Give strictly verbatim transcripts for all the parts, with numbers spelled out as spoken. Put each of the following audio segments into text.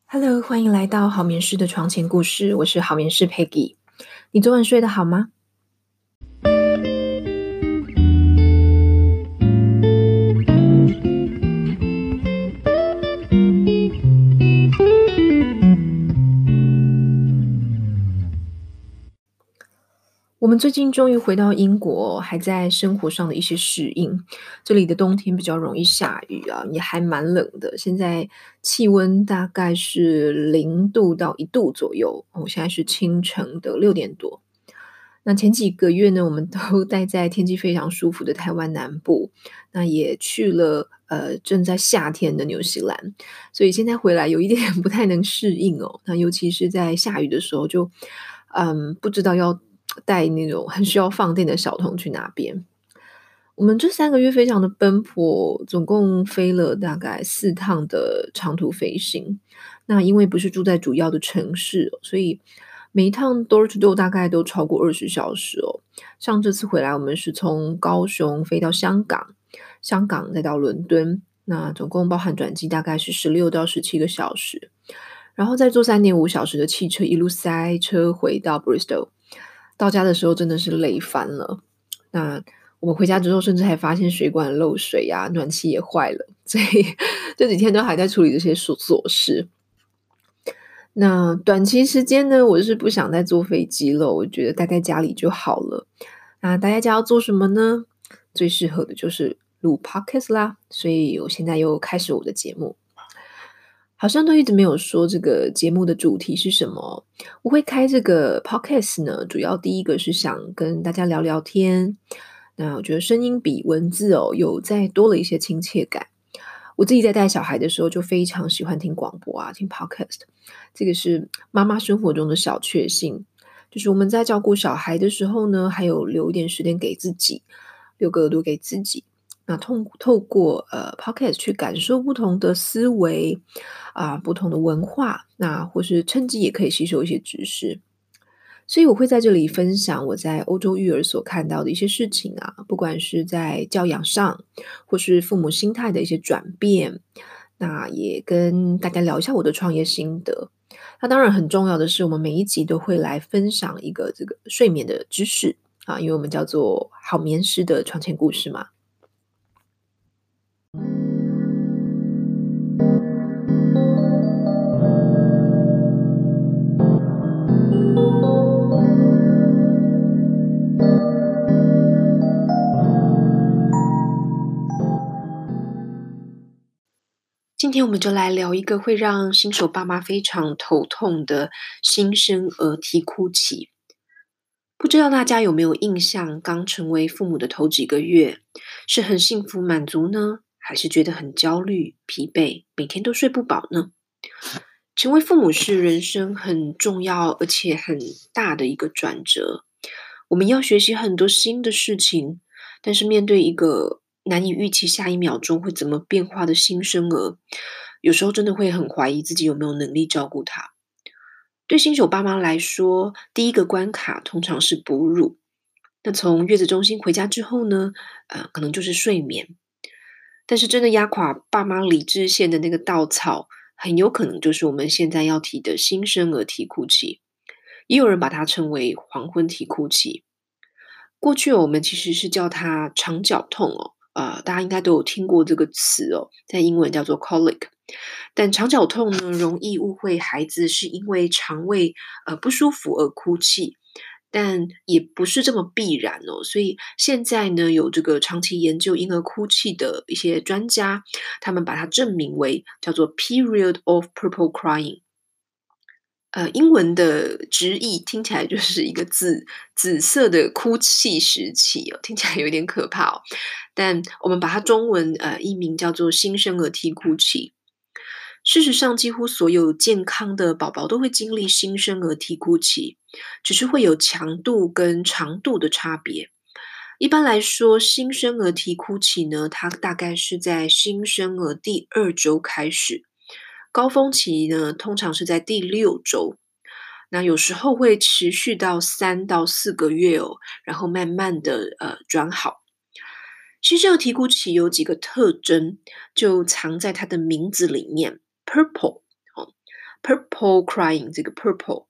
Hello，欢迎来到好眠师的床前故事，我是好眠师 Peggy。你昨晚睡得好吗？我们最近终于回到英国，还在生活上的一些适应。这里的冬天比较容易下雨啊，也还蛮冷的。现在气温大概是零度到一度左右，我现在是清晨的六点多。那前几个月呢，我们都待在天气非常舒服的台湾南部，那也去了呃正在夏天的纽西兰，所以现在回来有一点不太能适应哦。那尤其是在下雨的时候就，嗯不知道要带那种很需要放电的小童去哪边。我们这三个月非常的奔波，总共飞了大概四趟的长途飞行。那因为不是住在主要的城市，所以每一趟 door to door 大概都超过二十小时哦。像这次回来，我们是从高雄飞到香港，香港再到伦敦，那总共包含转机大概是十六到十七个小时，然后再坐三点五小时的汽车，一路塞车回到 Bristol。到家的时候真的是累翻了。那我们回家之后，甚至还发现水管漏水呀、暖气也坏了，所以这几天都还在处理这些琐琐事。那短期时间呢，我是不想再坐飞机了，我觉得待在家里就好了。那待在家要做什么呢？最适合的就是录 podcast 啦，所以我现在又开始我的节目。好像都一直没有说这个节目的主题是什么。我会开这个 podcast 呢，主要第一个是想跟大家聊聊天。那我觉得声音比文字哦，有再多了一些亲切感。我自己在带小孩的时候就非常喜欢听广播啊，听 podcast。这个是妈妈生活中的小确幸，就是我们在照顾小孩的时候呢，还有留一点时间给自己，留个耳朵给自己。那透透过呃 podcast 去感受不同的思维啊、不同的文化，那或是趁机也可以吸收一些知识。所以我会在这里分享我在欧洲育儿所看到的一些事情啊，不管是在教养上，或是父母心态的一些转变，那也跟大家聊一下我的创业心得。那当然很重要的是，我们每一集都会来分享一个这个睡眠的知识啊，因为我们叫做好眠师的床前故事嘛。今天我们就来聊一个会让新手爸妈非常头痛的新生儿啼哭期。不知道大家有没有印象，刚成为父母的头几个月，是很幸福满足呢，还是觉得很焦虑、疲惫，每天都睡不饱呢？成为父母是人生很重要而且很大的一个转折，我们要学习很多新的事情，但是面对一个难以预期下一秒钟会怎么变化的新生儿，有时候真的会很怀疑自己有没有能力照顾他。对新手爸妈来说，第一个关卡通常是哺乳。那从月子中心回家之后呢，呃，可能就是睡眠。但是真的压垮爸妈理智线的那个稻草，很有可能就是我们现在要提的新生儿啼哭期，也有人把它称为黄昏啼哭期。过去我们其实是叫它肠绞痛哦，呃，大家应该都有听过这个词哦，在英文叫做 colic。但肠绞痛呢，容易误会孩子是因为肠胃呃不舒服而哭泣，但也不是这么必然哦。所以现在呢，有这个长期研究婴儿哭泣的一些专家，他们把它证明为叫做 period of purple crying。呃，英文的直译听起来就是一个紫紫色的哭泣时期哦，听起来有点可怕哦。但我们把它中文呃译名叫做新生儿啼哭期。事实上，几乎所有健康的宝宝都会经历新生儿啼哭期，只是会有强度跟长度的差别。一般来说，新生儿啼哭期呢，它大概是在新生儿第二周开始，高峰期呢通常是在第六周。那有时候会持续到三到四个月哦，然后慢慢的呃转好。新生儿啼哭期有几个特征，就藏在它的名字里面，purple 哦。 purple crying 这个 purple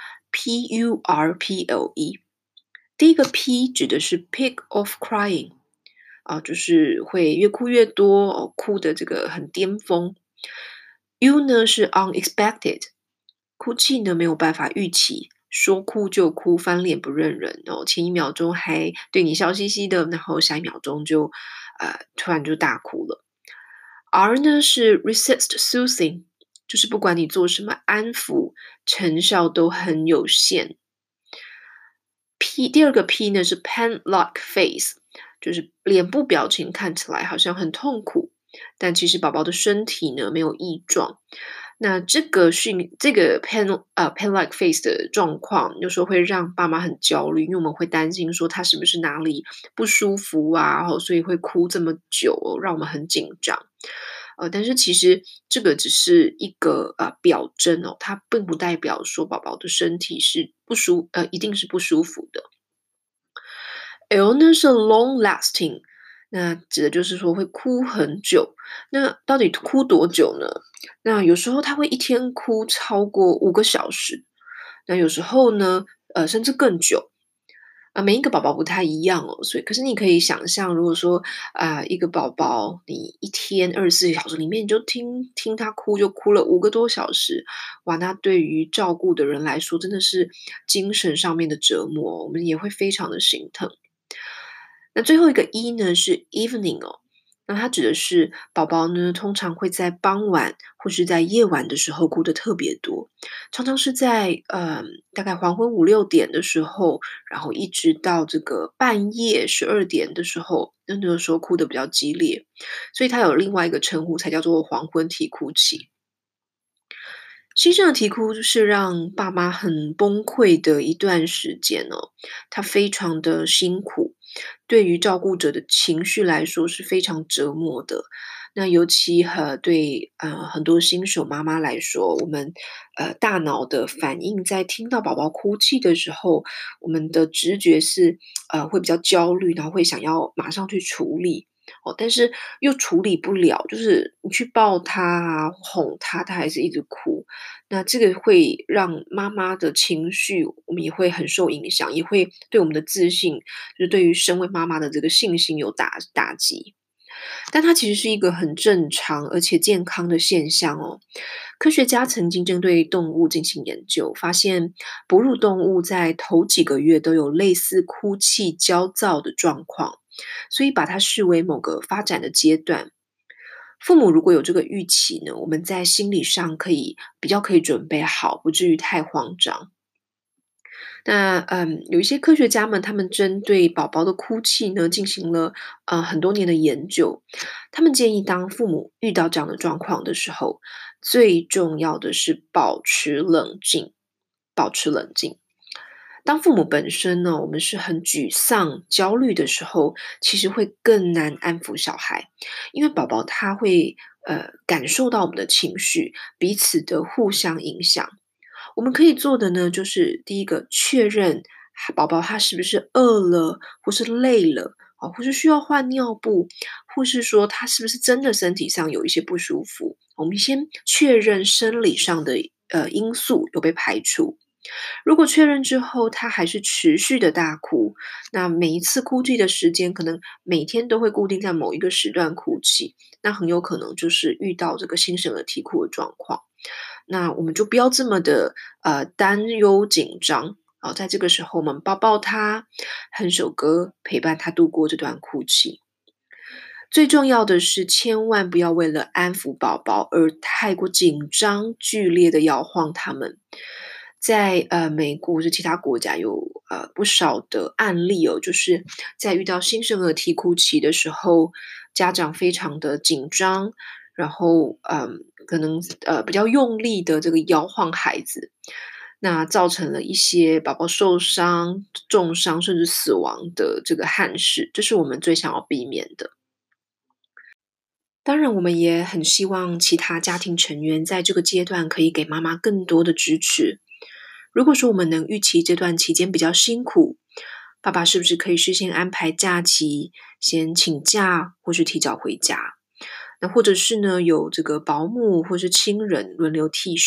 P U R P L E， 第一个 P 指的是 peak of crying 啊，就是会越哭越多哦，哭的这个很巅峰。U 呢是 unexpected， 哭泣呢没有办法预期，说哭就哭，翻脸不认人哦，前一秒钟还对你笑嘻嘻的，然后下一秒钟就呃突然就大哭了。R 呢是 resist soothing， 就是不管你做什么安抚，成效都很有限。P 第二个 P 呢是 pain-like face， 就是脸部表情看起来好像很痛苦，但其实宝宝的身体呢没有异状。那这个讯这个 pain 呃 pain-like face 的状况，有时候会让爸妈很焦虑，因为我们会担心说他是不是哪里不舒服啊，哦，所以会哭这么久哦，让我们很紧张。呃，但是其实这个只是一个呃表征哦，它并不代表说宝宝的身体是不舒呃一定是不舒服的。L 呢是 long lasting，那指的就是说会哭很久。那到底哭多久呢？那有时候他会一天哭超过五个小时，那有时候呢，呃，甚至更久。啊，每一个宝宝不太一样哦，所以可是你可以想象，如果说啊、呃一个宝宝你一天二十四小时里面，你就听听他哭，就哭了五个多小时，哇，那对于照顾的人来说，真的是精神上面的折磨，我们也会非常的心疼。那最后一个 E 呢是 evening 哦，那它指的是宝宝呢通常会在傍晚或是在夜晚的时候哭得特别多，常常是在呃大概黄昏五六点的时候，然后一直到这个半夜十二点的时候，那个时候哭得比较激烈，所以它有另外一个称呼才叫做黄昏啼哭期。新生儿啼哭是让爸妈很崩溃的一段时间哦，他非常的辛苦，对于照顾者的情绪来说是非常折磨的。那尤其呃对呃很多新手妈妈来说，我们呃大脑的反应在听到宝宝哭泣的时候，我们的直觉是呃会比较焦虑，然后会想要马上去处理。哦，但是又处理不了，就是你去抱他啊，哄他，他还是一直哭。那这个会让妈妈的情绪，我们也会很受影响，也会对我们的自信，就是对于身为妈妈的这个信心有打打击。但它其实是一个很正常而且健康的现象哦。科学家曾经针对动物进行研究，发现哺乳动物在头几个月都有类似哭泣、焦躁的状况，所以把它视为某个发展的阶段。父母如果有这个预期呢，我们在心理上可以比较可以准备好，不至于太慌张。那嗯，有一些科学家们，他们针对宝宝的哭泣呢，进行了呃很多年的研究。他们建议，当父母遇到这样的状况的时候，最重要的是保持冷静，保持冷静。当父母本身呢，我们是很沮丧、焦虑的时候，其实会更难安抚小孩，因为宝宝他会呃感受到我们的情绪，彼此的互相影响。我们可以做的呢，就是第一个确认宝宝他是不是饿了，或是累了，啊，或是需要换尿布，或是说他是不是真的身体上有一些不舒服。我们先确认生理上的呃因素有被排除。如果确认之后，他还是持续的大哭，那每一次哭泣的时间可能每天都会固定在某一个时段哭泣，那很有可能就是遇到这个新生儿啼哭的状况。那我们就不要这么的呃担忧紧张啊，在这个时候我们抱抱他，哼首歌陪伴他度过这段哭泣。最重要的是，千万不要为了安抚宝宝而太过紧张、剧烈的摇晃他们。在呃美国或者其他国家有呃不少的案例哦，就是在遇到新生儿啼哭期的时候，家长非常的紧张，然后嗯，可能呃比较用力的这个摇晃孩子，那造成了一些宝宝受伤、重伤甚至死亡的这个憾事，这是我们最想要避免的。当然，我们也很希望其他家庭成员在这个阶段可以给妈妈更多的支持。如果说我们能预期这段期间比较辛苦，爸爸是不是可以事先安排假期，先请假或是提早回家？那或者是呢，有这个保姆或是亲人轮流替手，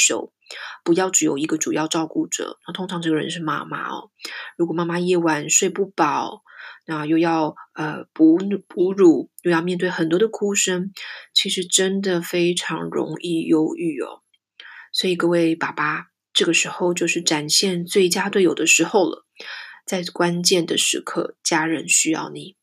不要只有一个主要照顾者，那通常这个人是妈妈哦。如果妈妈夜晚睡不饱，那又要呃哺乳哺乳，又要面对很多的哭声，其实真的非常容易忧郁哦。所以各位爸爸，这个时候就是展现最佳队友的时候了，在关键的时刻，家人需要你。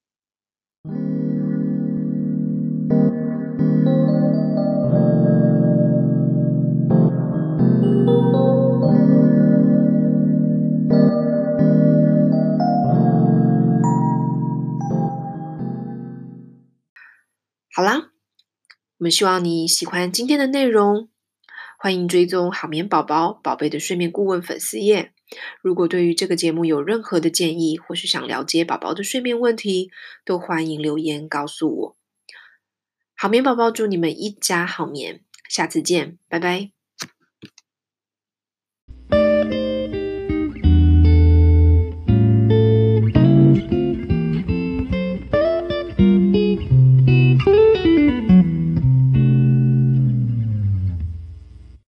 好啦，我们希望你喜欢今天的内容，欢迎追踪好眠宝宝宝贝的睡眠顾问粉丝页。如果对于这个节目有任何的建议，或是想了解宝宝的睡眠问题，都欢迎留言告诉我。好眠宝宝祝你们一家好眠，下次见，拜拜。